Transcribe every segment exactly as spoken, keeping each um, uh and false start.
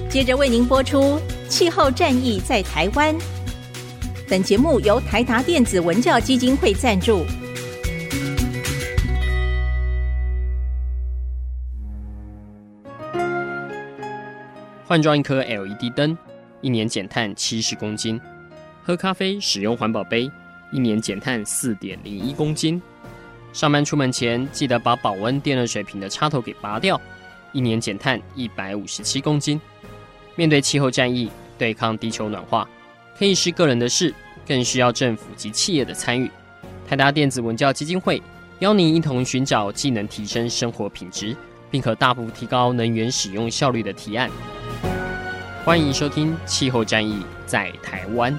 接着为您播出气候战役在台湾。本节目由台达电子文教基金会赞助。 换装一颗 L E D 灯，一年减碳七十公斤；喝咖啡使用环保杯，一年减碳 四点零一公斤；上班出门前记得把保温电热水瓶的插头给拔掉，一年减碳一百五十七公斤。面对气候战役，对抗地球暖化，可以是个人的事，更需要政府及企业的参与。台达电子文教基金会邀您一同寻找既能提升生活品质，并可大幅提高能源使用效率的提案。欢迎收听《气候战役在台湾》。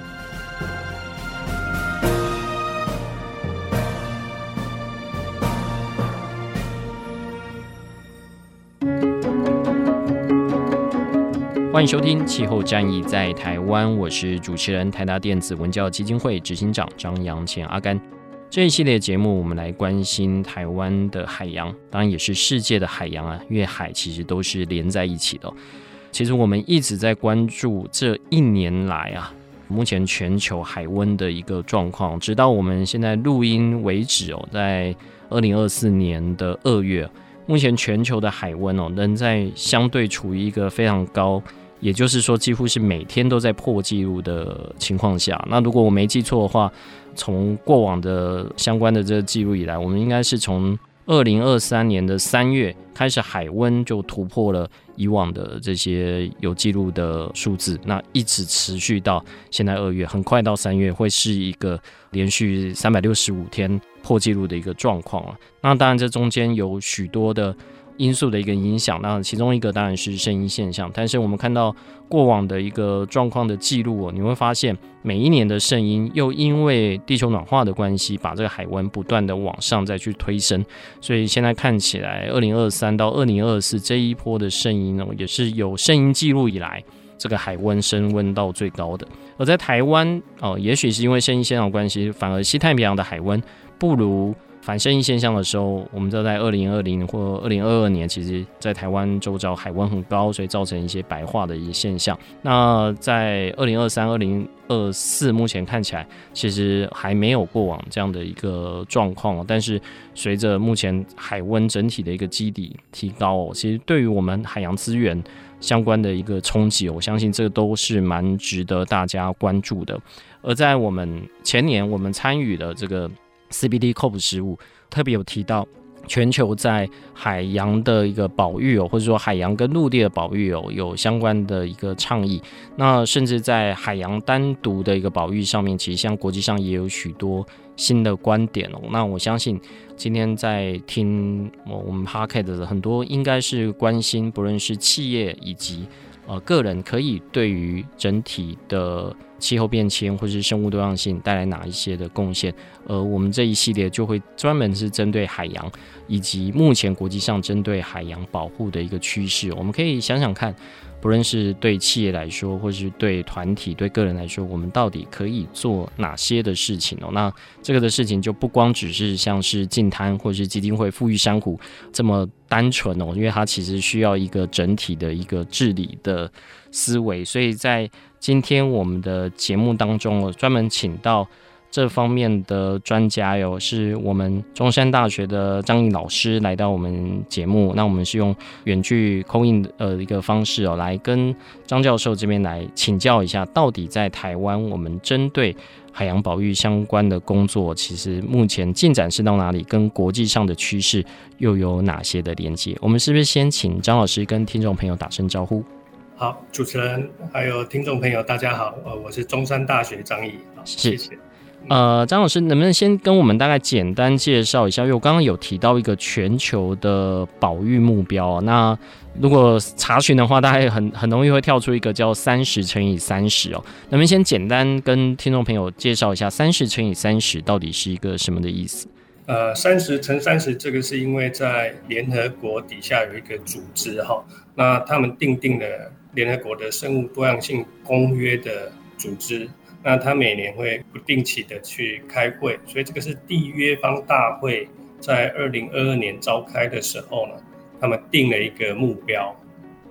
欢迎收听《气候战役在台湾》，我是主持人台达电子文教基金会执行长张扬前阿甘。这一系列节目，我们来关心台湾的海洋，当然也是世界的海洋啊，因为海其实都是连在一起的哦。其实我们一直在关注这一年来啊，目前全球海温的一个状况，直到我们现在录音为止哦，在二零二四年的二月，目前全球的海温哦，仍在相对处于一个非常高，也就是说几乎是每天都在破纪录的情况下。那如果我没记错的话，从过往的相关的这个记录以来，我们应该是从二零二三年的三月开始，海温就突破了以往的这些有记录的数字，那一直持续到现在二月，很快到三月会是一个连续三百六十五天破纪录的一个状况啊。那当然这中间有许多的因素的一个影响，那其中一个当然是圣婴现象，但是我们看到过往的一个状况的记录哦，你会发现每一年的圣婴又因为地球暖化的关系，把这个海温不断的往上再去推升，所以现在看起来二零二三到二零二四这一波的圣婴哦，也是有圣婴记录以来这个海温升温到最高的。而在台湾哦，也许是因为圣婴现象的关系，反而西太平洋的海温不如反圣婴现象的时候，我们知道在二零二零或二零二二年，其实在台湾周遭海温很高，所以造成一些白化的一些现象。那在二零二三、二零二四目前看起来，其实还没有过往这样的一个状况。但是随着目前海温整体的一个基底提高哦，其实对于我们海洋资源相关的一个冲击，我相信这都是蛮值得大家关注的。而在我们前年，我们参与了这个C B D C O P 十五，特别有提到全球在海洋的一个保育哦，或者说海洋跟陆地的保育哦，有相关的一个倡议。那甚至在海洋单独的一个保育上面，其实像国际上也有许多新的观点哦。那我相信今天在听我们 Podcast 的很多，应该是关心不论是企业以及呃个人，可以对于整体的气候变迁或是生物多样性带来哪一些的贡献。而我们这一系列就会专门是针对海洋以及目前国际上针对海洋保护的一个趋势，我们可以想想看，不论是对企业来说或是对团体对个人来说，我们到底可以做哪些的事情哦。那这个的事情就不光只是像是净滩或是基金会富裕珊瑚这么单纯哦，因为它其实需要一个整体的一个治理的思维。所以在今天我们的节目当中，我专门请到这方面的专家哟，是我们中山大学的张毅老师来到我们节目。那我们是用远距 call in 的一个方式哦，来跟张教授这边来请教一下，到底在台湾我们针对海洋保育相关的工作，其实目前进展是到哪里，跟国际上的趋势又有哪些的连接？我们是不是先请张老师跟听众朋友打声招呼？ 好，主持人还有听众朋友大家好，呃，我是中山大学张毅，谢谢。 呃，张老师能不能先跟我们大概简单介绍一下？因为我刚刚有提到一个全球的保育目标，那如果查询的话，大概很很容易会跳出一个叫三十乘以三十哦。能不能先简单跟听众朋友介绍一下三十乘以三十到底是一个什么的意思？ 呃，三十乘三十这个是因为在联合国底下有一个组织哈，那他们订定了联合国的生物多样性公约的组织。那他每年会不定期的去开会，所以这个是缔约方大会在二零二二年召开的时候呢，他们定了一个目标。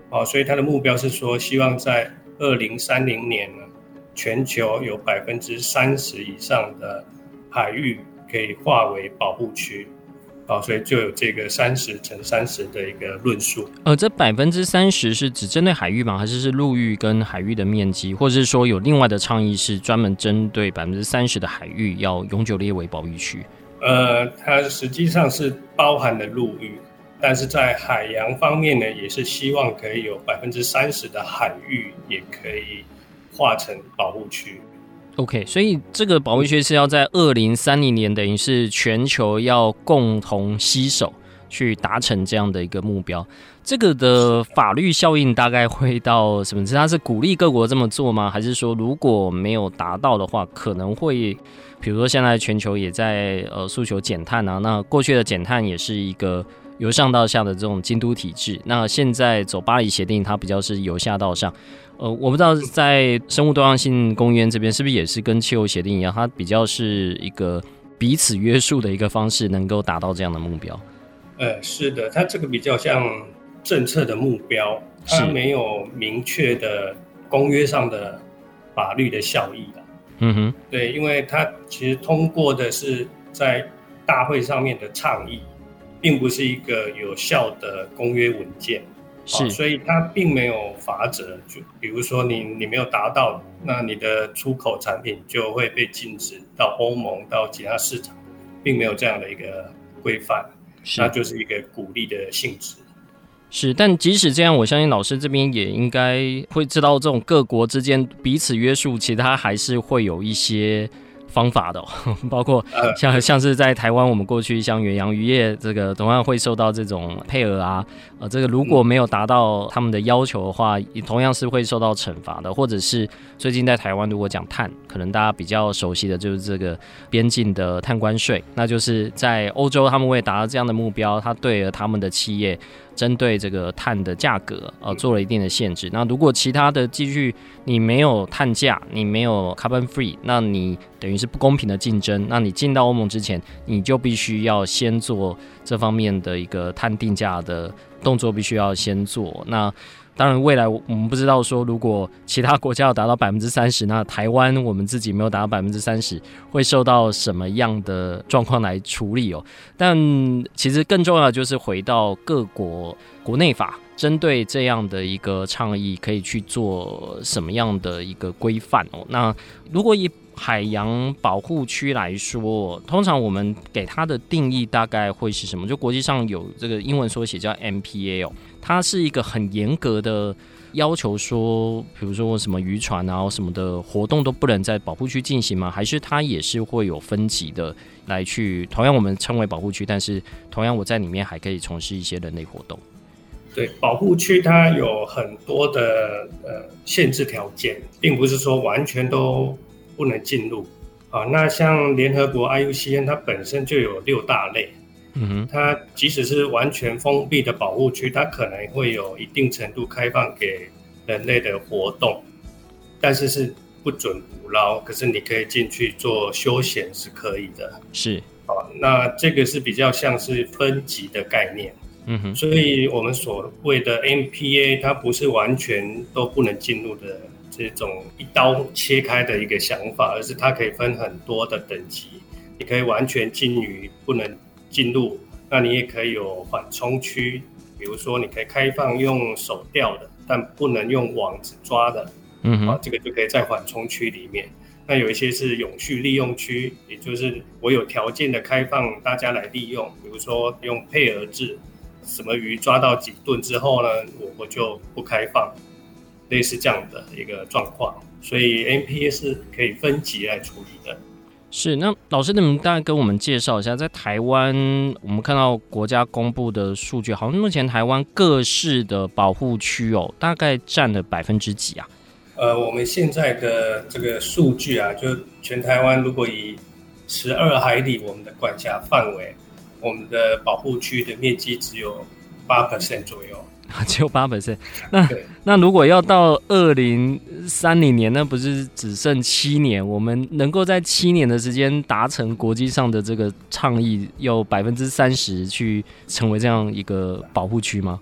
哦，所以它的目标是说，希望在二零三零年呢，全球有百分之三十以上的海域可以划为保护区。哦，所以就有这个三十乘三十的一个论述。 呃，这百分之三十是只针对海域吗？还是是陆域跟海域的面积，或者是说有另外的倡议是专门针对百分之三十的海域要永久列为保育区？ 呃，它实际上是包含了陆域，但是在海洋方面呢，也是希望可以有百分之三十的海域也可以划成保护区。 OK， 所以这个保育区是要在二零三零年，等于是全球要共同携手去达成这样的一个目标。这个的法律效应大概会到什么？它是鼓励各国这么做吗？还是说如果没有达到的话，可能会，比如说现在全球也在呃诉求减碳啊，那过去的减碳也是一个由上到下的这种京都体制，那现在走巴黎协定，它比较是由下到上。呃，我不知道在生物多样性公约这边是不是也是跟气候协定一样，它比较是一个彼此约束的一个方式，能够达到这样的目标。 呃，是的，它这个比较像政策的目标，它没有明确的公约上的法律的效益的。 嗯哼， 对，因为它其实通过的是在大会上面的倡议，并不是一个有效的公约文件。是，所以它并没有法则，就比如说你你没有达到，那你的出口产品就会被禁止到欧盟到其他市场，并没有这样的一个规范，那就是一个鼓励的性质。 是，但即使这样，我相信老师这边也应该会知道，这种各国之间彼此约束，其实它还是会有一些方法的、哦，包括像像是在台湾，我们过去像远洋渔业这个同样会受到这种配额啊，呃，这个如果没有达到他们的要求的话，也同样是会受到惩罚的。或者是最近在台湾，如果讲碳，可能大家比较熟悉的就是这个边境的碳关税，那就是在欧洲他们为达到这样的目标，他对了他们的企业针对这个碳的价格呃做了一定的限制。那如果其他的继续你没有碳价，你没有 carbon free， 那你等于是不公平的竞争。那你进到欧盟之前，你就必须要先做这方面的一个碳定价的动作，必须要先做。那当然，未来我们不知道说，如果其他国家要达到百分之三十，那台湾我们自己没有达到百分之三十，会受到什么样的状况来处理哦？但其实更重要的就是回到各国国内法，针对这样的一个倡议，可以去做什么样的一个规范哦？那如果以海洋保护区来说，通常我们给它的定义大概会是什么？就国际上有这个英文缩写叫 M P A 哦，它是一个很严格的要求说，比如说什么渔船啊什么的活动都不能在保护区进行吗？还是它也是会有分级的来去，同样我们称为保护区，但是同样我在里面还可以从事一些人类活动？ 对，保护区它有很多的呃限制条件，并不是说完全都不能进入啊。那像联合国 I U C N 它本身就有六大类，嗯哼，它即使是完全封闭的保护区，它可能会有一定程度开放给人类的活动，但是是不准捕捞，可是你可以进去做休闲是可以的。 是啊，那这个是比较像是分级的概念。嗯哼，所以我们所谓的 M P A 它不是完全都不能进入的这种一刀切开的一个想法，而是它可以分很多的等级，你可以完全禁渔不能进入，那你也可以有缓冲区，比如说你可以开放用手钓的，但不能用网子抓的，嗯哼，这个就可以在缓冲区里面。那有一些是永续利用区，也就是我有条件的开放大家来利用，比如说用配额制，什么鱼抓到几吨之后呢，我我就不开放，类似这样的一个状况。所以 M P A 是可以分级来处理的。 是，那老师能大概跟我们介绍一下，在台湾我们看到国家公布的数据，好像目前台湾各市的保护区哦，大概占了百分之几啊？ 呃，我们现在的这个数据啊，就全台湾如果以十二海里我们的管辖范围，我们的保护区的面积只有 百分之八 左右， 只有 百分之八。 那那如果要到二零三零年，那不是只剩七年？我们能够在七年的时间达成国际上的这个倡议，有百分之三十去成为这样一个保护区吗？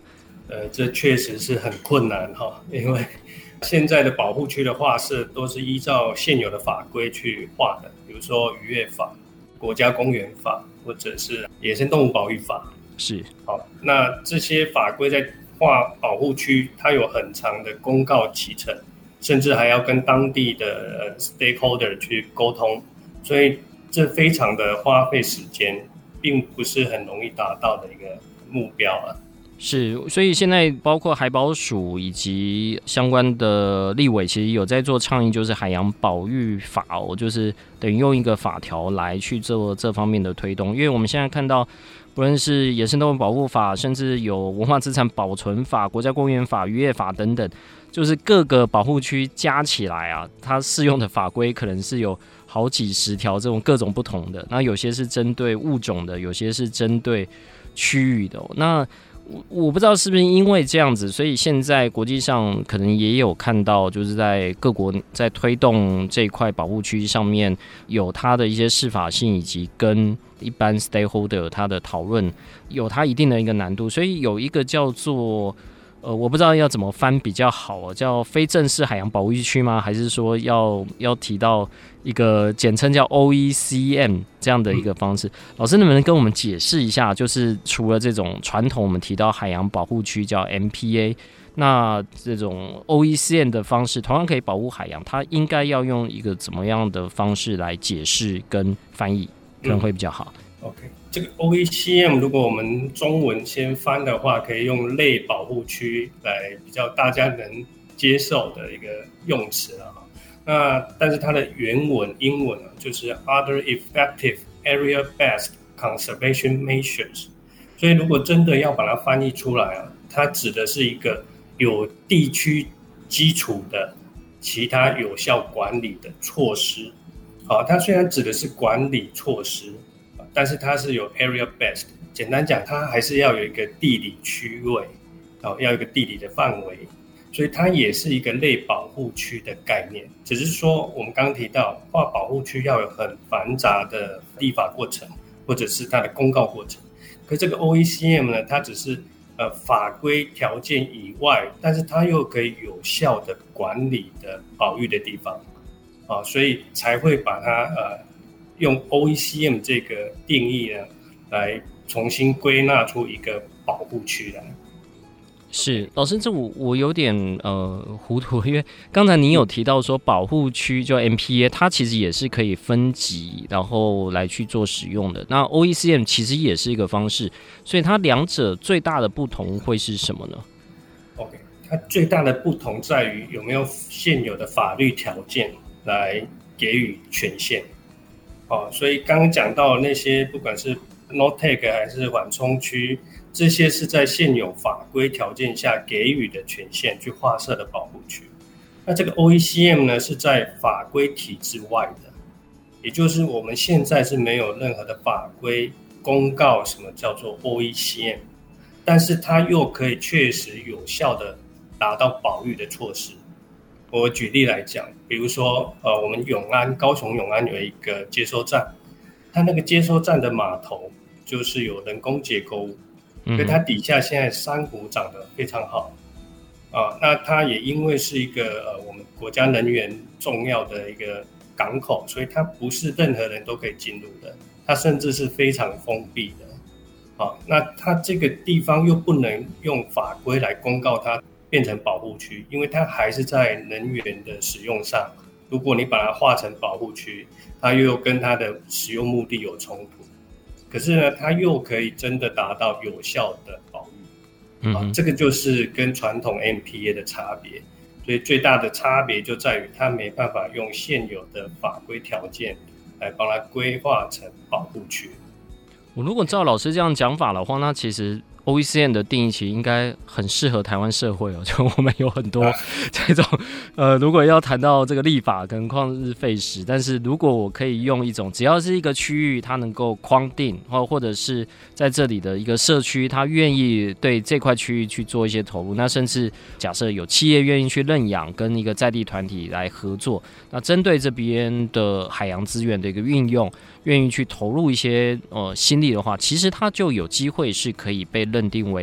呃，这确实是很困难哈，因为现在的保护区的划设都是依照现有的法规去划的，比如说渔业法、国家公园法或者是野生动物保育法。 是， 好，那这些法规在划保护区，它有很长的公告期程，甚至还要跟当地的 stakeholder 去沟通，所以这非常的花费时间，并不是很容易达到的一个目标啊。 是，所以现在包括海保署以及相关的立委，其实有在做倡议，就是海洋保育法哦，就是等于用一个法条来去做这方面的推动。因为我们现在看到，不论是野生动物保护法，甚至有文化资产保存法、国家公园法、渔业法等等，就是各个保护区加起来啊，它适用的法规可能是有好几十条，这种各种不同的。那有些是针对物种的，有些是针对区域的哦。那我不知道是不是因为这样子，所以现在国际上可能也有看到，就是在各国在推动这一块保护区上面有它的一些适法性，以及跟一般 stakeholder 它的讨论有它一定的一个难度，所以有一个叫做呃，我不知道要怎么翻比较好，叫非正式海洋保护区吗？还是说要要提到一个简称叫 O E C M 这样的一个方式？老师能不能跟我们解释一下？就是除了这种传统我们提到海洋保护区叫 M P A， 那这种 O E C M 的方式同样可以保护海洋，它应该要用一个怎么样的方式来解释跟翻译，可能会比较好。 嗯OK， 这个 O E C M 如果我们中文先翻的话，可以用类保护区来比较大家能接受的一个用词啊。那但是它的原文英文啊，就是 Other Effective Area-Based Conservation Measures。所以如果真的要把它翻译出来啊，它指的是一个有地区基础的其他有效管理的措施。好，它虽然指的是管理措施，但是它是有 area based， 简单讲，它还是要有一个地理区位，要有一个地理的范围，所以它也是一个类保护区的概念。只是说我们刚刚提到，划保护区要有很繁杂的立法过程，或者是它的公告过程。可这个 O E C M 呢，它只是呃法规条件以外，但是它又可以有效的管理的保育的地方，啊，所以才会把它呃。用 O E C M 这个定义呢，来重新归纳出一个保护区来。 是，老师，这我我有点呃糊涂，因为刚才您有提到说保护区就 M P A， 它其实也是可以分级，然后来去做使用的。那 O E C M 其实也是一个方式，所以它两者最大的不同会是什么呢 ？OK， 它最大的不同在于有没有现有的法律条件来给予权限。哦，所以刚刚讲到那些不管是 no-take 还是缓冲区，这些是在现有法规条件下给予的权限去划设的保护区。那这个 O E C M 呢，是在法规体制外的，也就是我们现在是没有任何的法规公告什么叫做 O E C M， 但是它又可以确实有效的达到保育的措施。我举例来讲，比如说，呃，我们永安高雄永安有一个接收站，它那个接收站的码头就是有人工结构物，所以它底下现在珊瑚长得非常好，啊，那它也因为是一个呃我们国家能源重要的一个港口，所以它不是任何人都可以进入的，它甚至是非常封闭的，啊，那它这个地方又不能用法规来公告它变成保护区，因为它还是在能源的使用上，如果你把它划成保护区，它又跟它的使用目的有冲突，可是呢，它又可以真的达到有效的保育，啊，这个就是跟传统 M P A 的差别。所以最大的差别就在于它没办法用现有的法规条件来帮它规划成保护区。 我如果照老师这样讲法的话，那其实O E C M 的定义其实应该很适合台湾社会哦，就我们有很多这种呃，如果要谈到这个立法，可能旷日费时。但是如果我可以用一种，只要是一个区域，它能够框定，或或者是在这里的一个社区，它愿意对这块区域去做一些投入，那甚至假设有企业愿意去认养，跟一个在地团体来合作，那针对这边的海洋资源的一个运用，愿意去投入一些呃心力的话，其实它就有机会是可以被认定为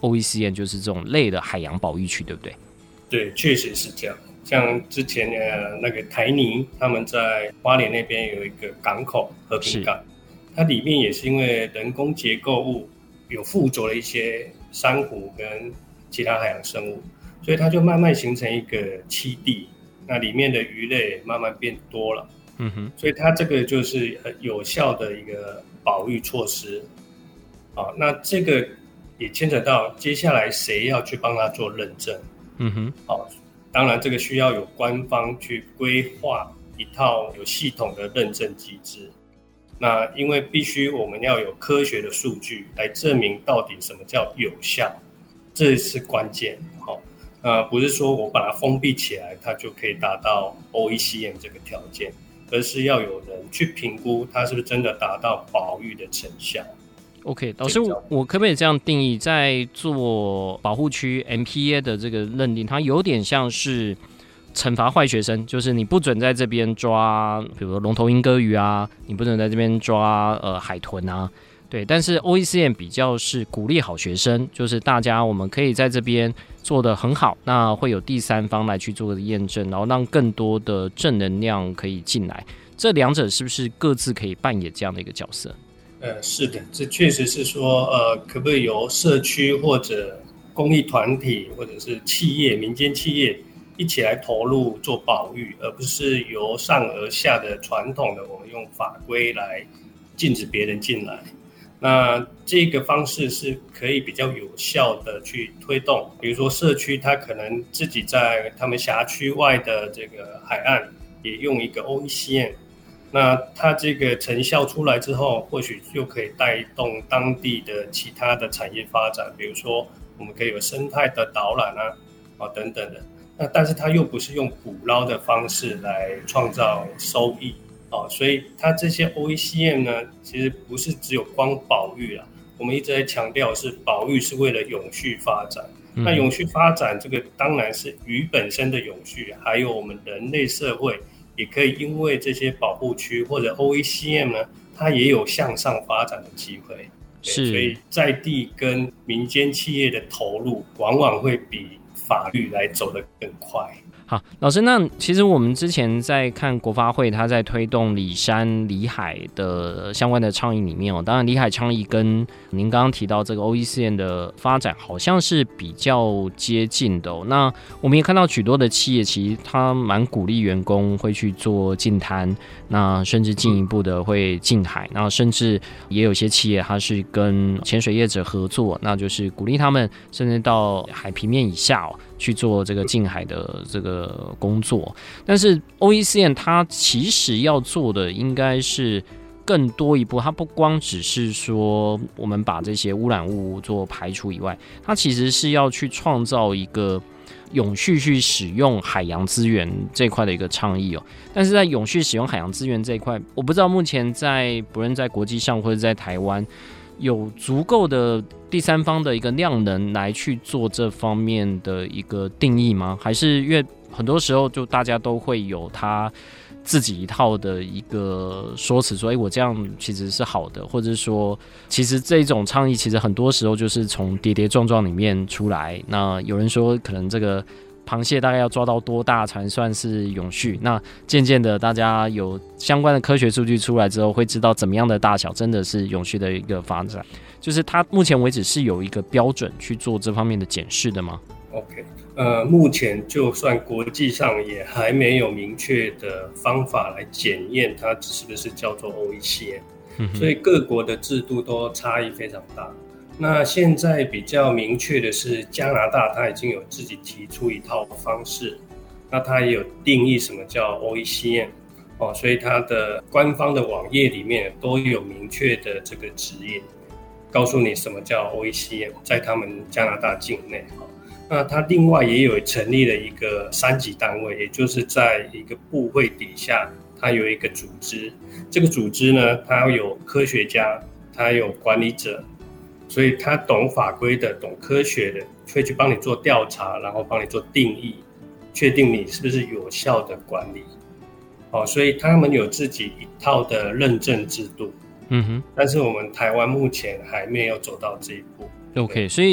O E C N 就是这种类的海洋保育区，对不对？ 对，确实是这样。像之前呃那个台泥他们在花莲那边有一个港口和平港，它里面也是因为人工结构物有附着了一些珊瑚跟其他海洋生物，所以它就慢慢形成一个栖地，那里面的鱼类慢慢变多了。 嗯哼， 所以它这个就是有效的一个保育措施。好，那这个也牵扯到接下来谁要去帮他做认证。 嗯哼， 好，当然这个需要有官方去规划一套有系统的认证机制。那因为必须我们要有科学的数据来证明到底什么叫有效，这是关键。好，呃，不是说我把它封闭起来，它就可以达到 O E C M 这个条件，而是要有人去评估它是不是真的达到保育的成效。 OK， 老师，我可不可以这样定义，在做保护区 M P A 的这个认定，它有点像是惩罚坏学生，就是你不准在这边抓，比如说龙头鹰鸽鱼啊，你不准在这边抓呃海豚啊，对。但是 O E C M 比较是鼓励好学生，就是大家我们可以在这边做得很好，那会有第三方来去做验证，然后让更多的正能量可以进来。这两者是不是各自可以扮演这样的一个角色？ 呃，是的，这确实是说，呃，可不可以由社区或者公益团体或者是企业、民间企业一起来投入做保育，而不是由上而下的传统的我们用法规来禁止别人进来。那这个方式是可以比较有效的去推动，比如说社区它可能自己在他们辖区外的这个海岸也用一个 O E C M。那它这个成效出来之后，或许就可以带动当地的其他的产业发展，比如说我们可以有生态的导览啊，啊等等的。那但是它又不是用捕捞的方式来创造收益啊，所以它这些 O E C M 呢，其实不是只有光保育啦，我们一直在强调是保育是为了永续发展。嗯、那永续发展这个当然是鱼本身的永续，还有我们人类社会。也可以因为这些保护区或者 O E C M 呢，它也有向上发展的机会。 是， 所以在地跟民间企业的投入，往往会比法律来走得更快。 好，老师，那其实我们之前在看国发会，他在推动里山里海的相关的倡议里面哦，当然里海倡议跟您刚刚提到这个 O E C M 的发展好像是比较接近的哦。那我们也看到许多的企业，其实他蛮鼓励员工会去做净滩，那甚至进一步的会净海，那甚至也有些企业它是跟潜水业者合作，那就是鼓励他们甚至到海平面以下哦。去做这个近海的这个工作，但是 O E C M 它其实要做的应该是更多一步，它不光只是说我们把这些污染物做排除以外，它其实是要去创造一个永续去使用海洋资源这块的一个倡议哦。但是在永续使用海洋资源这一块，我不知道目前在不论在国际上或者在台湾。有足够的第三方的一个量能来去做这方面的一个定义吗？还是因为很多时候就大家都会有他自己一套的一个说辞，说哎，我这样其实是好的，或者说其实这种倡议其实很多时候就是从跌跌撞撞里面出来。那有人说可能这个螃蟹大概要抓到多大才算是永续？那渐渐的，大家有相关的科学数据出来之后，会知道怎么样的大小真的是永续的一个发展。就是它目前为止是有一个标准去做这方面的检视的吗 ？OK， 呃，目前就算国际上也还没有明确的方法来检验它是不是叫做 O E C M，嗯，所以各国的制度都差异非常大。那现在比较明确的是，加拿大它已经有自己提出一套方式，那它也有定义什么叫 O E C M，哦，所以它的官方的网页里面都有明确的这个指引，告诉你什么叫 O E C M， 在他们加拿大境内。那它另外也有成立了一个三级单位，也就是在一个部会底下，它有一个组织，这个组织呢，它有科学家，它有管理者。所以他懂法规的，懂科学的，会去帮你做调查，然后帮你做定义，确定你是不是有效的管理。哦，所以他们有自己一套的认证制度。嗯哼。但是我们台湾目前还没有走到这一步。 OK， 所以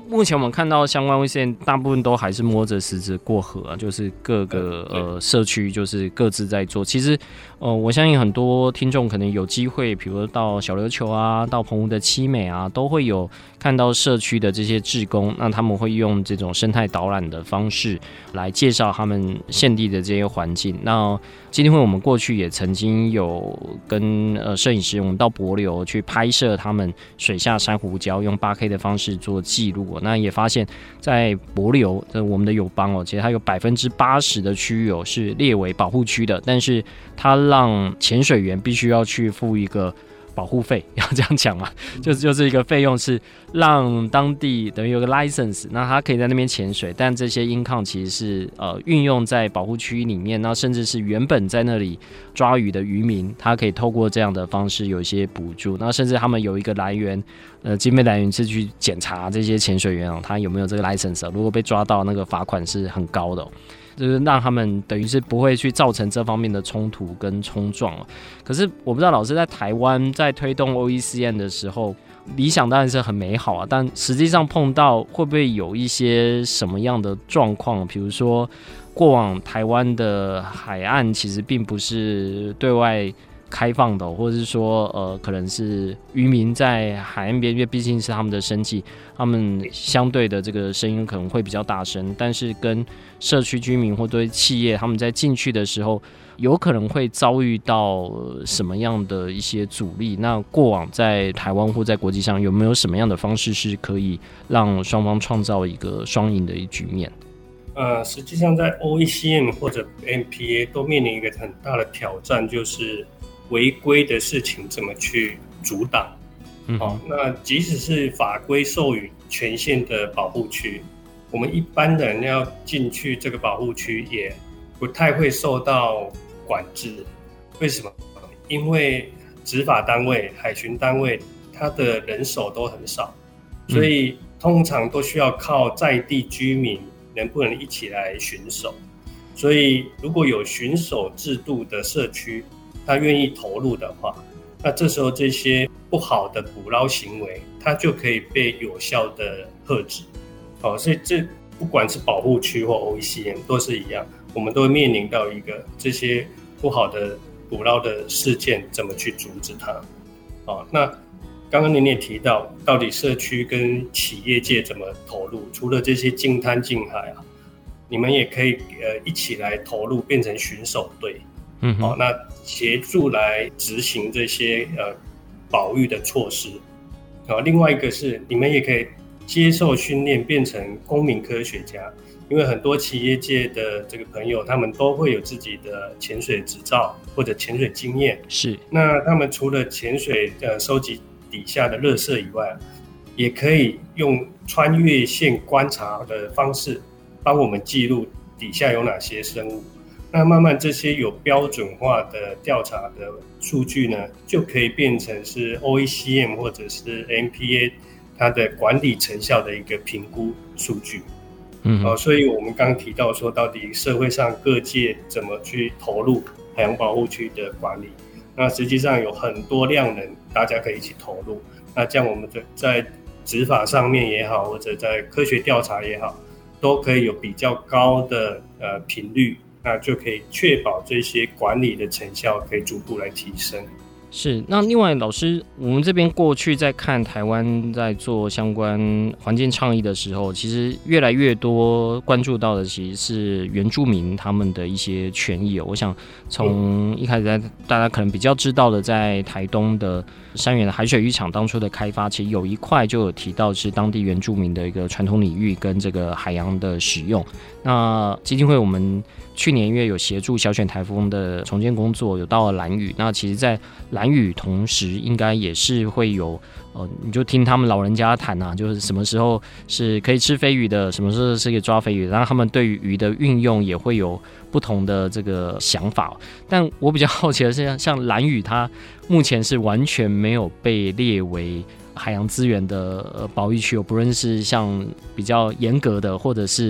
目前我们看到相关 O E C M 大部分都还是摸着石子过河啊，就是各个呃社区就是各自在做。其实呃，我相信很多听众可能有机会，比如到小琉球啊，到澎湖的七美啊，都会有看到社区的这些志工，那他们会用这种生态导览的方式来介绍他们现地的这些环境。那基金会我们过去也曾经有跟呃摄影师，我们到帛琉去拍摄他们水下珊瑚礁，用 八 K 的方式做记录。那也发现，在帛琉，我们的友邦哦，其实它有百分之八十的区域哦是列为保护区的，但是它让潜水员必须要去付一个保护费，要这样讲嘛，就是就是一个费用是让当地等于有个 license， 那他可以在那边潜水，但这些 income 其实是呃运用在保护区里面，那甚至是原本在那里抓鱼的渔民，他可以透过这样的方式有一些补助，那甚至他们有一个来源，呃，经费来源是去检查这些潜水员哦，他有没有这个 license， 如果被抓到，那个罚款是很高的哦。就是让他们等于是不会去造成这方面的冲突跟冲撞。可是我不知道老师在台湾在推动 O E C M 的时候，理想当然是很美好啊，但实际上碰到会不会有一些什么样的状况？比如说过往台湾的海岸其实并不是对外开放的，或者是说呃，可能是渔民在海岸边，因为毕竟是他们的生计，他们相对的这个声音可能会比较大声，但是跟社区居民或对企业他们在进去的时候，有可能会遭遇到什么样的一些阻力？那过往在台湾或在国际上有没有什么样的方式是可以让双方创造一个双赢的一局面？ 呃，实际上在 O E C M 或者 M P A 都面临一个很大的挑战，就是违规的事情怎么去阻挡。嗯哦、那即使是法规授予权限的保护区，我们一般人要进去这个保护区也不太会受到管制。为什么？因为执法单位、海巡单位，他的人手都很少，所以通常都需要靠在地居民能不能一起来巡守。所以如果有巡守制度的社区，他愿意投入的话，那这时候这些不好的捕捞行为，它就可以被有效的遏制。好，所以这不管是保护区或 O E C M 都是一样，我们都会面临到一个这些不好的捕捞的事件怎么去阻止它。好，那刚刚您也提到，到底社区跟企业界怎么投入？除了这些净滩净海啊，你们也可以呃一起来投入，变成巡守队。嗯，好，那协助来执行这些呃保育的措施。好，另外一个是你们也可以接受训练，变成公民科学家。因为很多企业界的这个朋友，他们都会有自己的潜水执照或者潜水经验。是，那他们除了潜水呃收集底下的垃圾以外，也可以用穿越线观察的方式，帮我们记录底下有哪些生物。那慢慢这些有标准化的调查的数据呢，就可以变成是 O E C M 或者是 M P A 它的管理成效的一个评估数据。嗯、哦，所以我们刚提到说，到底社会上各界怎么去投入海洋保护区的管理？那实际上有很多量能，大家可以一起投入。那这样我们在执法上面也好，或者在科学调查也好，都可以有比较高的呃频率。那就可以确保这些管理的成效可以逐步来提升。 是，那另外老师，我们这边过去在看台湾在做相关环境倡议的时候，其实越来越多关注到的其实是原住民他们的一些权益。我想从一开始在大家可能比较知道的，在台东的山原的海水浴场当初的开发，其实有一块就有提到是当地原住民的一个传统领域跟这个海洋的使用。那基金会我们去年因为有协助小犬台风的重建工作，有到了兰屿。那其实在兰屿同时应该也是会有呃，你就听他们老人家谈啊，就是什么时候是可以吃飞鱼的，什么时候是可以抓飞鱼的，然后他们对于鱼的运用也会有不同的这个想法。但我比较好奇的是，像兰屿它目前是完全没有被列为海洋资源的保育区，不论是像比较严格的，或者是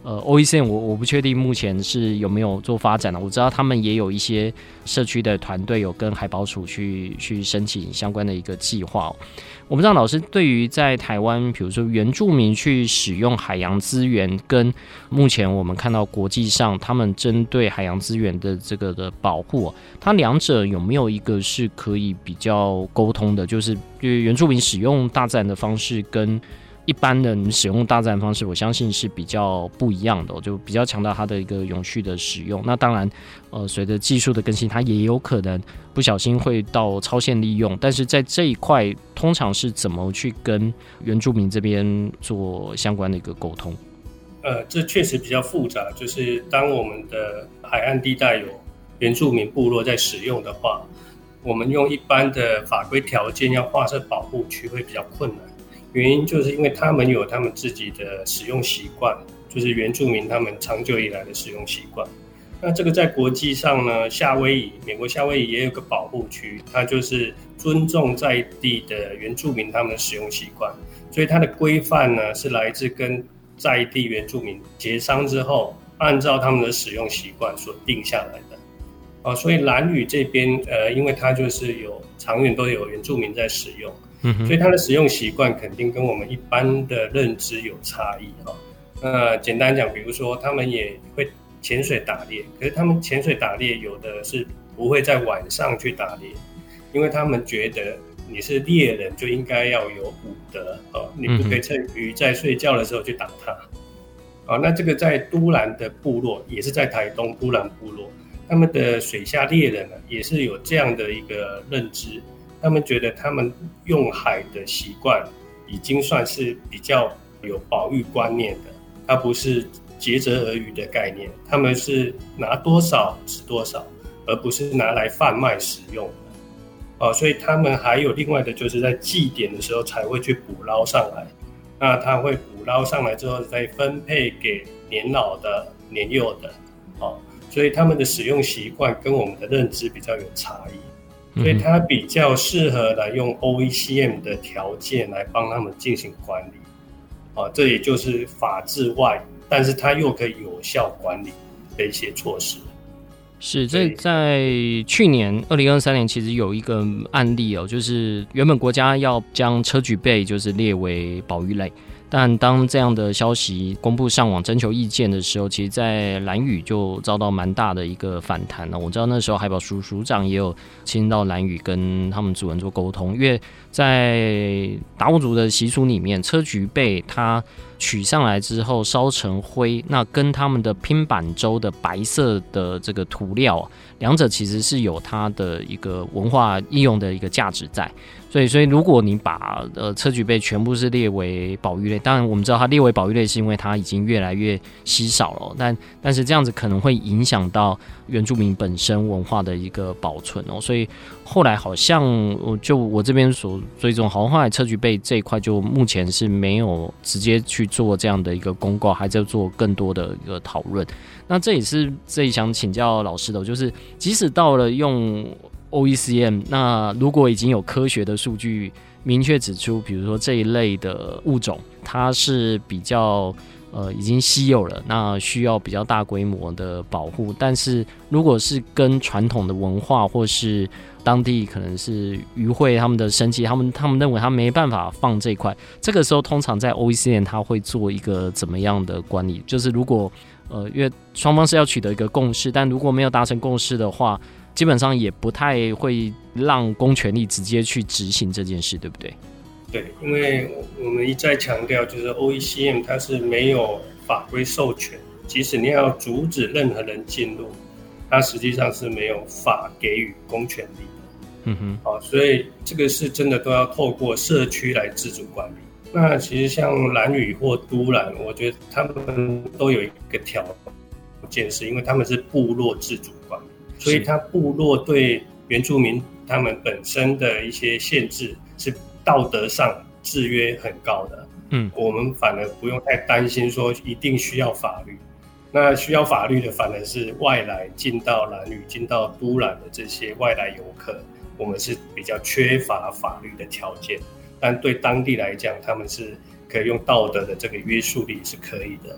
呃 O E C M 我我不确定目前是有没有做发展的，我知道他们也有一些社区的团队有跟海保署去去申请相关的一个计划、哦。我不知道老师对于在台湾，比如说原住民去使用海洋资源，跟目前我们看到国际上他们针对海洋资源的这个的保护、哦，它两者有没有一个是可以比较沟通的？就是原住民使用大自然的方式跟一般人使用大自然方式，我相信是比较不一样的、哦，就比较强调它的一个永续的使用。那当然，呃，随着技术的更新，它也有可能不小心会到超限利用。但是在这一块，通常是怎么去跟原住民这边做相关的一个沟通？ 呃，这确实比较复杂。就是当我们的海岸地带有原住民部落在使用的话，我们用一般的法规条件要划设保护区会比较困难。原因就是因为他们有他们自己的使用习惯，就是原住民他们长久以来的使用习惯。那这个在国际上呢，夏威夷，美国夏威夷也有个保护区，它就是尊重在地的原住民他们的使用习惯，所以它的规范呢是来自跟在地原住民协商之后，按照他们的使用习惯所定下来的。啊，所以兰屿这边，呃，因为它就是有长远都有原住民在使用。所以它的使用习惯肯定跟我们一般的认知有差异哈。那简单讲，比如说他们也会潜水打猎，可是他们潜水打猎有的是不会在晚上去打猎，因为他们觉得你是猎人就应该要有武德哦，你不可以趁鱼在睡觉的时候去打它。哦，那这个在都兰的部落，也是在台东都兰部落，他们的水下猎人呢也是有这样的一个认知。他们觉得他们用海的习惯已经算是比较有保育观念的，它不是竭泽而渔的概念，他们是拿多少值多少，而不是拿来贩卖使用的。哦，所以他们还有另外的就是在祭典的时候才会去捕捞上来，那他会捕捞上来之后再分配给年老的年幼的。哦，所以他们的使用习惯跟我们的认知比较有差异。所以它比较适合来用 O E C M 的条件来帮他们进行管理，啊，这也就是法制外，但是它又可以有效管理的一些措施。 是，这在去年二零二三年其实有一个案例哦，就是原本国家要将砗磲贝就是列为保育类。但当这样的消息公布上网征求意见的时候，其实在兰屿就遭到蛮大的一个反弹了。我知道那时候海保署署长也有亲到兰屿跟他们族人做沟通，因为在达悟族的习俗里面，砗磲贝它取上来之后烧成灰，那跟他们的拼板舟的白色的这个涂料，两者其实是有它的一个文化应用的一个价值在。所以，所以如果你把呃砗磲贝全部是列为保育类，当然我们知道它列为保育类是因为它已经越来越稀少了，但但是这样子可能会影响到原住民本身文化的一个保存哦。所以后来好像就我这边所追踪，好像后来砗磲贝这一块就目前是没有直接去做这样的一个公告，还在做更多的一个讨论。那这也是这里想请教老师的，就是即使到了用O E C M， 那如果已经有科学的数据明确指出，比如说这一类的物种它是比较呃已经稀有了，那需要比较大规模的保护，但是如果是跟传统的文化或是当地可能是渔会他们的生计，他们他们认为他没办法放这一块，这个时候通常在 O E C M 他会做一个怎么样的管理？就是如果呃因为双方是要取得一个共识，但如果没有达成共识的话，基本上也不太会让公权力直接去执行这件事，对不对？ 对，因为我们一再强调，就是 O E C M 它是没有法规授权，即使你要阻止任何人进入，它实际上是没有法给予公权力的。嗯哼，好，所以这个是真的都要透过社区来自主管理。那其实像兰屿或都兰，我觉得他们都有一个条件，是因为他们是部落自主管理。所以他部落对原住民他们本身的一些限制是道德上制约很高的，嗯，我们反而不用太担心说一定需要法律。那需要法律的反而是外来进到兰屿、进到都兰的这些外来游客，我们是比较缺乏法律的条件。但对当地来讲，他们是可以用道德的这个约束力是可以的。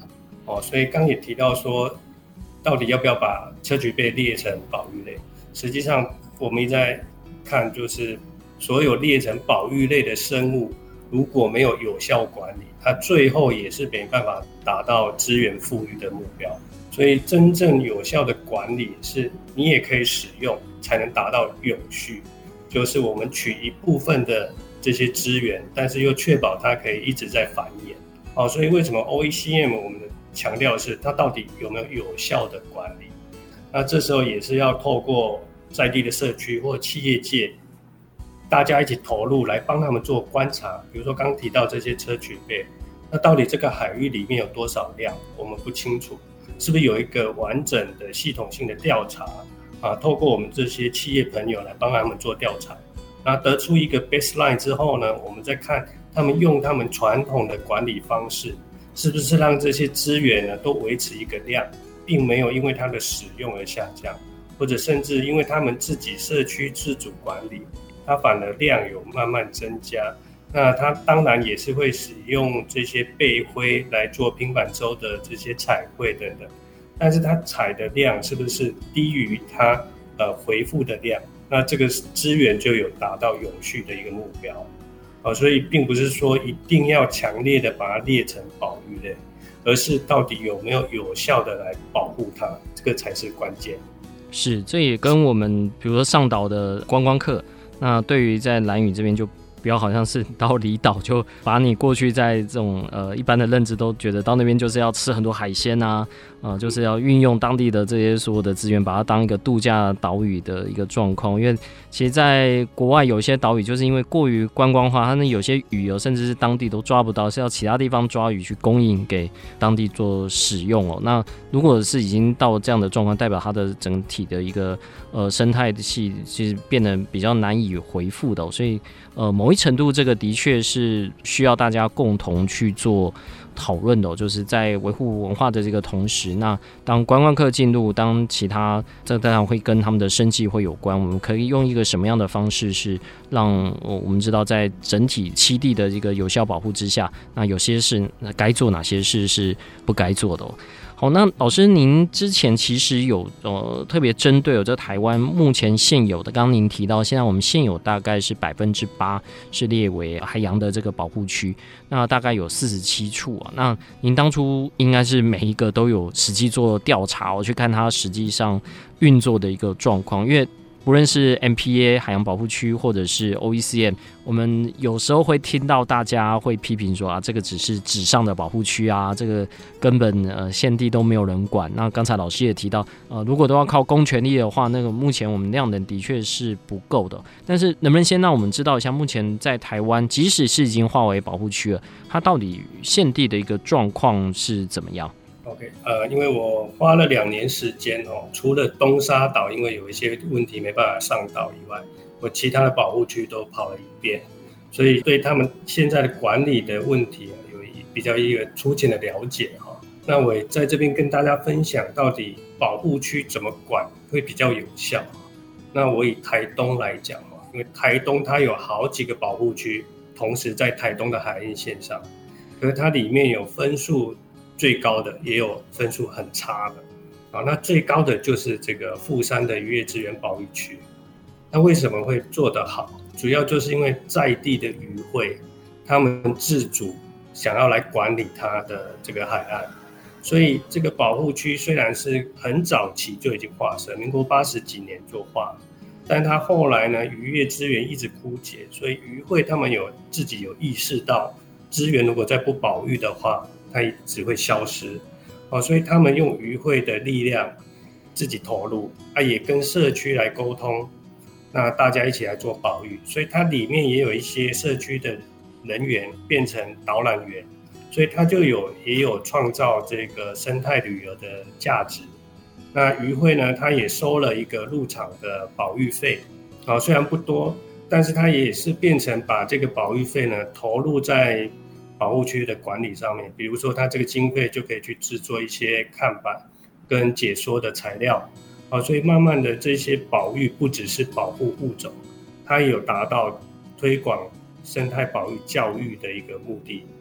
哦，所以刚也提到说，到底要不要把砗磲贝列成保育类？实际上，我们一直在看，就是所有列成保育类的生物，如果没有有效管理，它最后也是没办法达到资源富裕的目标。所以，真正有效的管理是，你也可以使用，才能达到永续。就是我们取一部分的这些资源，但是又确保它可以一直在繁衍。哦，所以为什么 O E C M 我们的强调是它到底有没有有效的管理？那这时候也是要透过在地的社区或企业界，大家一起投入来帮他们做观察。比如说刚提到这些砗磲贝，那到底这个海域里面有多少量，我们不清楚，是不是有一个完整的系统性的调查啊？透过我们这些企业朋友来帮他们做调查，那得出一个 baseline 之后呢，我们再看他们用他们传统的管理方式，是不是让这些资源呢都维持一个量，并没有因为它的使用而下降，或者甚至因为他们自己社区自主管理，它反而量有慢慢增加。那它当然也是会使用这些贝灰来做平板舟的这些彩绘等等，但是它采的量是不是低于它呃回复的量？那这个资源就有达到永续的一个目标。哦，所以并不是说一定要强烈的把它列成保育类，而是到底有没有有效的来保护它，这个才是关键。 是，这也跟我们比如说上岛的观光客，那对于在兰屿这边就不要好像是到离岛就把你过去在这种呃一般的认知都觉得到那边就是要吃很多海鲜啊，呃就是要运用当地的这些所有的资源，把它当一个度假岛屿的一个状况。因为其实在国外有些岛屿就是因为过于观光化，它那有些鱼哦甚至是当地都抓不到，是要其他地方抓鱼去供应给当地做使用哦。那如果是已经到这样的状况，代表它的整体的一个呃生态系其实变得比较难以回复的哦，所以呃某一程度这个的确是需要大家共同去做讨论的哦，就是在维护文化的这个同时，那当观光客进入，当其他这当然会跟他们的生计会有关，我们可以用一个什么样的方式是让我们知道在整体栖地的一个有效保护之下，那有些事该做，哪些事是不该做的哦。好，那老师您之前其实有呃特别针对有这台湾目前现有的，刚刚您提到现在我们现有大概是百分之八是列为海洋的这个保护区，那大概有四十七处啊。那您当初应该是每一个都有实际做调查，我去看它实际上运作的一个状况，因为不论是 M P A 海洋保护区或者是 O E C M， 我们有时候会听到大家会批评说啊，这个只是纸上的保护区啊，这个根本呃现地都没有人管。那刚才老师也提到，呃，如果都要靠公权力的话，那个目前我们量能的确是不够的。但是能不能先让我们知道一下，目前在台湾，即使是已经划为保护区了，它到底现地的一个状况是怎么样 ？OK， 呃，因为我花了两年时间哦，除了东沙岛因为有一些问题没办法上岛以外，我其他的保护区都跑了一遍，所以对他们现在的管理的问题有比较一个粗浅的了解哈。那我也在这边跟大家分享，到底保护区怎么管会比较有效。那我以台东来讲哈，因为台东它有好几个保护区，同时在台东的海岸线上，可是它里面有分数最高的，也有分数很差的。好，那最高的就是这个富山的渔业资源保育区。那为什么会做得好？主要就是因为在地的渔会，他们自主想要来管理它的这个海岸，所以这个保护区虽然是很早期就已经划设，民国八十几年就划，但它后来呢，渔业资源一直枯竭，所以渔会他们有自己有意识到，资源如果再不保育的话，它只会消失。哦，所以他们用渔会的力量自己投入，啊，也跟社区来沟通，那大家一起来做保育，所以它里面也有一些社区的人员变成导览员，所以它就有也有创造这个生态旅游的价值。那渔会呢，它也收了一个入场的保育费，啊，虽然不多，但是它也是变成把这个保育费呢投入在保护区的管理上面，比如说它这个经费就可以去制作一些看板跟解说的材料，啊，所以慢慢的这些保育不只是保护物种，它也有达到推广生态保育教育的一个目的，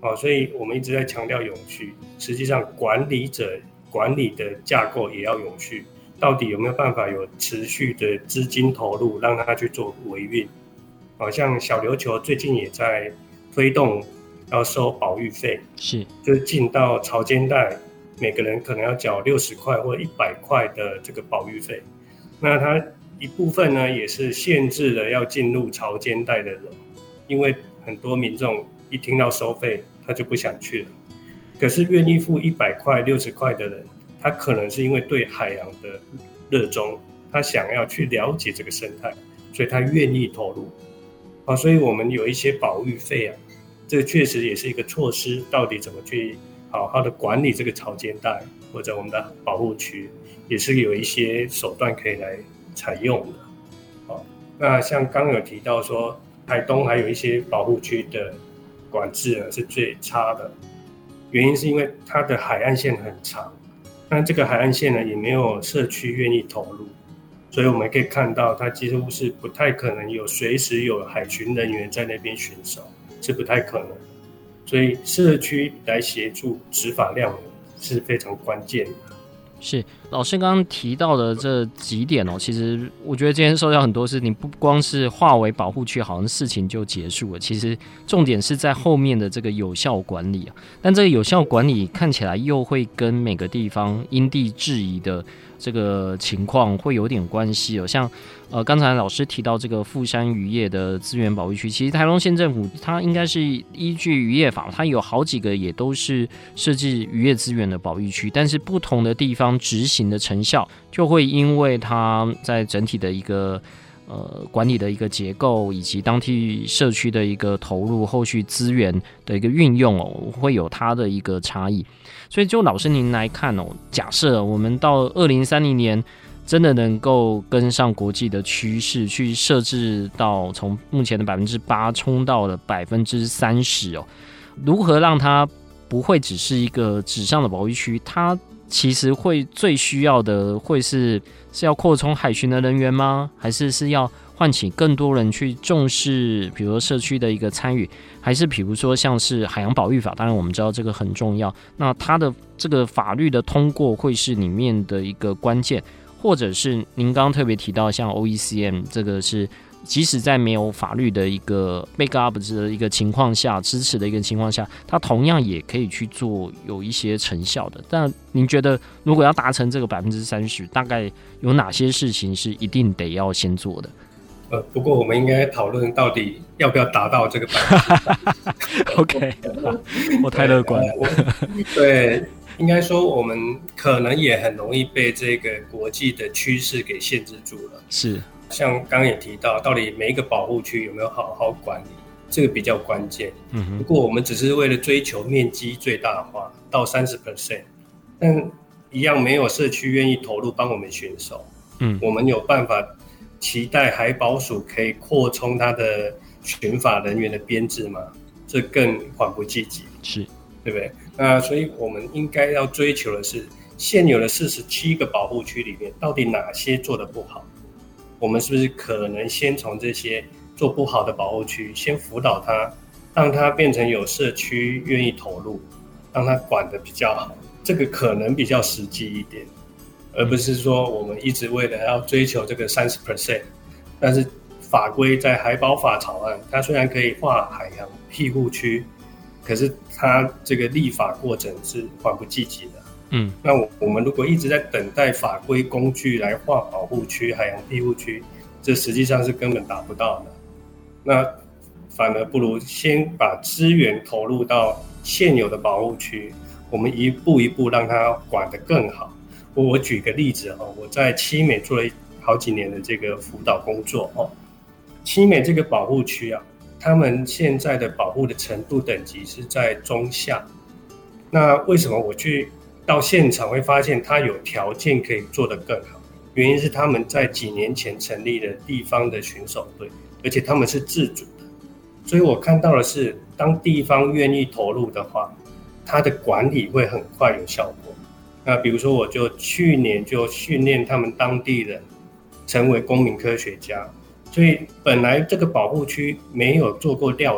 哦，所以我们一直在强调永续，实际上管理者管理的架构也要永续，到底有没有办法有持续的资金投入让他去做维运？好、哦、像小琉球最近也在推动要收保育费， 是就是进到潮间带，每个人可能要缴六十块或一百块的这个保育费，那它一部分呢也是限制了要进入潮间带的人，因为很多民众一听到收费他就不想去了，可是愿意付一百块六十块的人，他可能是因为对海洋的热衷，他想要去了解这个生态，所以他愿意投入、啊、所以我们有一些保育费啊，这确实也是一个措施，到底怎么去好好的管理这个潮间带或者我们的保护区，也是有一些手段可以来采用的、好，那像刚刚有提到说台东还有一些保护区的管制呢是最差的，原因是因为它的海岸线很长，但这个海岸线呢也没有社区愿意投入，所以我们可以看到它几乎是不太可能有随时有海巡人员在那边巡守，是不太可能的，所以社区来协助执法量是非常关键的。 是老师刚刚提到的这几点哦，其实我觉得今天受到很多是你不光是划为保护区，好像事情就结束了。其实重点是在后面的这个有效管理啊，但这个有效管理看起来又会跟每个地方因地制宜的这个情况会有点关系哦。像呃刚才老师提到这个富山渔业的资源保育区，其实台东县政府它应该是依据渔业法，它有好几个也都是设计渔业资源的保育区，但是不同的地方执行的成效就会因为它在整体的一个呃管理的一个结构，以及当地社区的一个投入，后续资源的一个运用哦，会有它的一个差异。所以就老师您来看哦，假设我们到二零三零年真的能够跟上国际的趋势，去设置到从目前的百分之八冲到了百分之三十哦，如何让它不会只是一个纸上的保育区？它其实会最需要的会是是要扩充海巡的人员吗？还是是要唤起更多人去重视，比如说社区的一个参与，还是比如说像是海洋保育法？当然我们知道这个很重要，那它的这个法律的通过会是里面的一个关键，或者是您刚刚特别提到像 O E C M 这个是即使在没有法律的一个 backup 的一个情况下，支持的一个情况下，它同样也可以去做有一些成效的。但您觉得如果要达成这个百分之三十，大概有哪些事情是一定得要先做的？ 呃，不过我们应该讨论到底要不要达到这个百分之三十。 OK， 我太乐观了。 对，应该说我们可能也很容易被这个国际的趋势给限制住了。是。像刚刚也提到，到底每一个保护区有没有好好管理，这个比较关键。嗯哼。如果我们只是为了追求面积最大化到 百分之三十， 但一样没有社区愿意投入帮我们巡守，嗯，我们有办法期待海保署可以扩充它的巡法人员的编制吗？这更缓不济急，是，对不对？那所以我们应该要追求的是，现有的四十七个保护区里面，到底哪些做得不好？我们是不是可能先从这些做不好的保护区先辅导它，让它变成有社区愿意投入，让它管得比较好，这个可能比较实际一点，而不是说我们一直为了要追求这个 百分之三十， 但是法规在海保法草案，它虽然可以划海洋庇护区，可是它这个立法过程是缓不济急的。嗯，那我们如果一直在等待法规工具来划保护区、海洋庇护区，这实际上是根本达不到的。那反而不如先把资源投入到现有的保护区，我们一步一步让它管得更好。我我举个例子哦，我在七美做了好几年的这个辅导工作哦。七美这个保护区啊，他们现在的保护的程度等级是在中下。那为什么我去到现场会发现他有条件可以做得更好？原因是他们在几年前成立了地方的巡守队，而且他们是自主的。所以我看到的是，当地方愿意投入的话，他的管理会很快有效果。那比如说，我就去年就训练他们当地人成为公民科学家，所以本来这个保护区没有做过调查，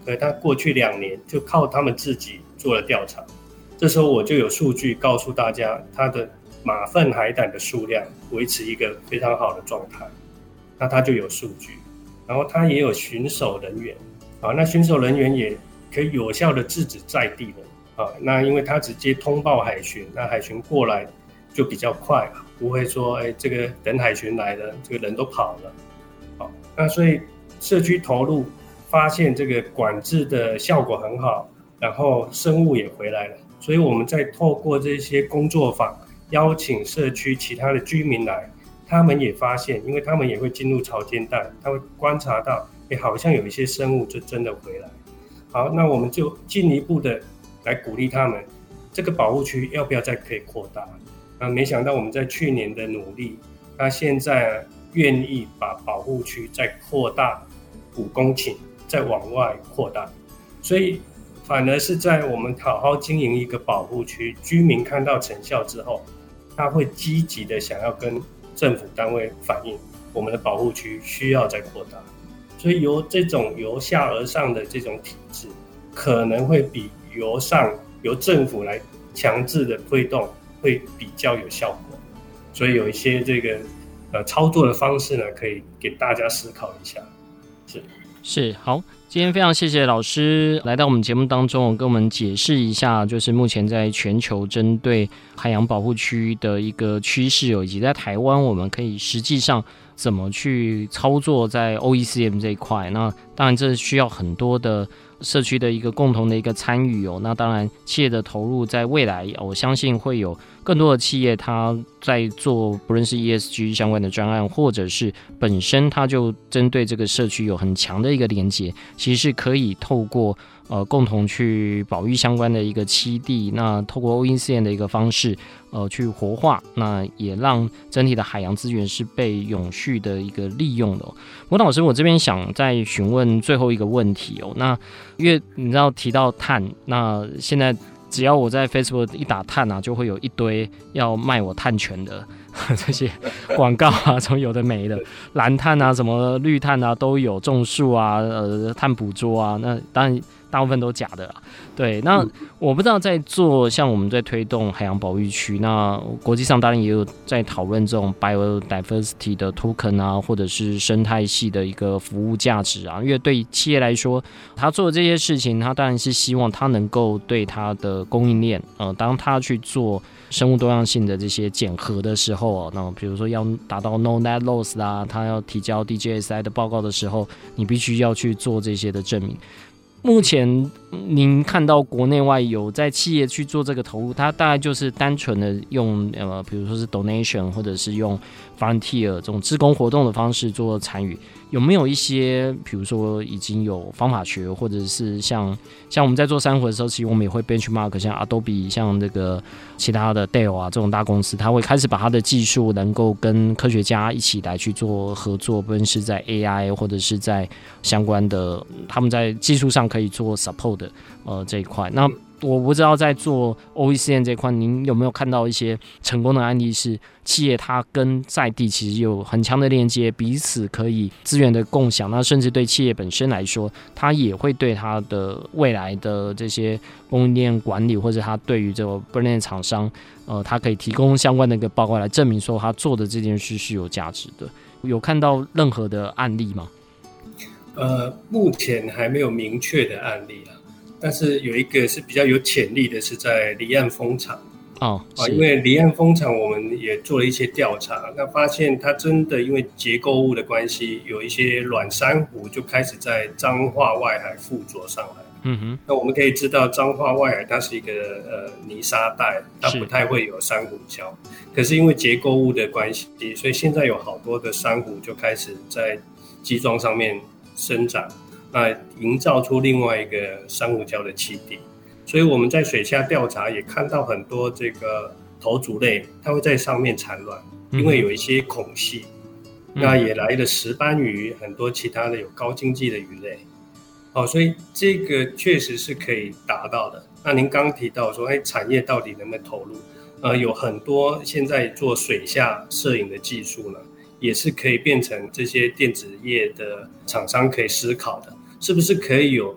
可他过去两年就靠他们自己做了调查，这时候我就有数据告诉大家，它的马粪海胆的数量维持一个非常好的状态，那它就有数据，然后它也有巡守人员啊，那巡守人员也可以有效的制止在地人啊，那因为他直接通报海巡，那海巡过来就比较快，不会说哎，这个等海巡来了，这个人都跑了，好，那所以社区投入发现这个管制的效果很好，然后生物也回来了，所以我们在透过这些工作坊邀请社区其他的居民来，他们也发现，因为他们也会进入潮间带，他会观察到哎，好像有一些生物就真的回来。好，那我们就进一步的来鼓励他们，这个保护区要不要再可以扩大？那没想到我们在去年的努力，他现在愿意把保护区再扩大五公顷，再往外扩大，所以反而是在我们好好经营一个保护区，居民看到成效之后，他会积极的想要跟政府单位反映，我们的保护区需要再扩大。所以由这种由下而上的这种体制，可能会比由上由政府来强制的推动会比较有效果。所以有一些这个呃操作的方式呢，可以给大家思考一下。是是好，今天非常谢谢老师来到我们节目当中，跟我们解释一下，就是目前在全球针对海洋保护区的一个趋势，以及在台湾我们可以实际上怎么去操作在 O E C M 这一块。那当然这需要很多的社区的一个共同的一个参与哦。那当然企业的投入在未来，我相信会有更多的企业它在做不论是 E S G 相关的专案，或者是本身它就针对这个社区有很强的一个连结，其实是可以透过呃共同去保育相关的一个栖地，那透过 O E C M 的一个方式呃去活化，那也让整体的海洋资源是被永续的一个利用的哦。魔导老师，我这边想再询问最后一个问题哦。那因为你知道提到碳，那现在只要我在 Facebook 一打碳啊，就会有一堆要卖我碳权的这些广告啊，从有的没的蓝碳啊、什么绿碳啊都有，种树啊、呃碳捕捉啊，那当然大部分都假的啦。对，那我不知道在做像我们在推动海洋保育区，那国际上当然也有在讨论这种 biodiversity 的 token 啊，或者是生态系的一个服务价值啊。因为对企业来说，他做的这些事情，他当然是希望他能够对他的供应链，呃，当他去做生物多样性的这些检核的时候，那比如说要达到 no net loss 啦，他要提交 D J S I 的报告的时候，你必须要去做这些的证明。目前您看到国内外有在企业去做这个投入，它大概就是单纯的用呃，比如说是 donation 或者是用 volunteer 这种志工活动的方式做参与，有没有一些比如说已经有方法学，或者是像像我们在做珊瑚的时候，其实我们也会 benchmark， 像 Adobe 像这个其他的 Dell 啊这种大公司，它会开始把它的技术能够跟科学家一起来去做合作，不论是在 A I 或者是在相关的他们在技术上可以做 support 的呃这一块。那我不知道在做 O E C M 这一块，您有没有看到一些成功的案例，是企业它跟在地其实有很强的连接，彼此可以资源的共享，那甚至对企业本身来说，它也会对它的未来的这些供应链管理，或者它对于这个供应链厂商，呃，它可以提供相关的一个报告来证明说它做的这件事是有价值的。有看到任何的案例吗？ 呃，目前还没有明确的案例啊，但是有一个是比较有潜力的，是在离岸风场哦， 啊，因为离岸风场我们也做了一些调查，那发现它真的因为结构物的关系，有一些软珊瑚就开始在彰化外海附着上来。 嗯哼， 那我们可以知道彰化外海它是一个呃泥沙带，它不太会有珊瑚礁，可是因为结构物的关系，所以现在有好多的珊瑚就开始在基桩上面生长，那营造出另外一个珊瑚礁的栖地。所以我们在水下调查也看到很多这个头足类，它会在上面产卵，因为有一些孔隙，嗯、那也来了石斑鱼，很多其他的有高经济的鱼类。哦，所以这个确实是可以达到的。那您刚提到说，哎，产业到底能不能投入？呃，有很多现在做水下摄影的技术呢，也是可以变成这些电子业的厂商可以思考的，是不是可以有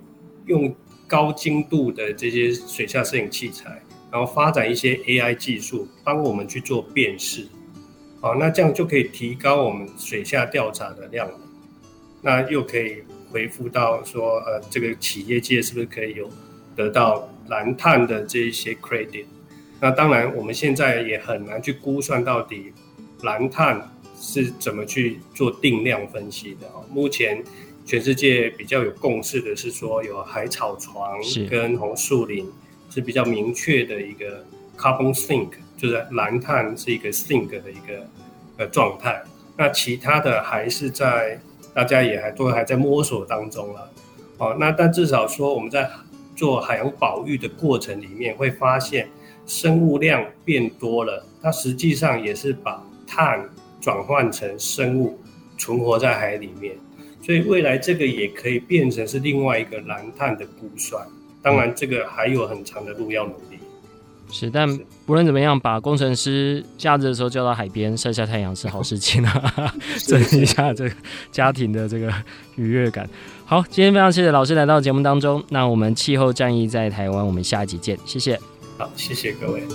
用高精度的这些水下摄影器材，然后发展一些 A I 技术，帮我们去做辨识。好，那这样就可以提高我们水下调查的量能，那又可以回复到说，呃，这个企业界是不是可以有得到蓝碳的这一些 credit？ 那当然，我们现在也很难去估算到底蓝碳是怎么去做定量分析的。目前全世界比较有共识的是说，有海草床跟红树林是比较明确的一个 carbon sink， 就是蓝碳是一个 sink 的一个呃状态。那其他的还是在大家也还都还在摸索当中啦。哦，那但至少说我们在做海洋保育的过程里面会发现生物量变多了，它实际上也是把碳转换成生物存活在海里面，所以未来这个也可以变成是另外一个蓝碳的估算。当然这个还有很长的路要努力。 是，但不论怎么样，把工程师假日的时候叫到海边晒晒太阳是好事情啊，增一下这个家庭的这个愉悦感。好，今天非常谢谢老师来到节目当中，那我们气候战役在台湾，我们下一集见，谢谢。 好，谢谢各位。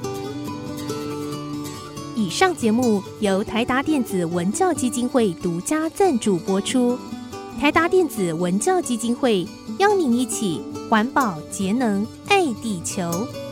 以上节目由台达电子文教基金会独家赞助播出。台达电子文教基金会邀您一起环保节能爱地球。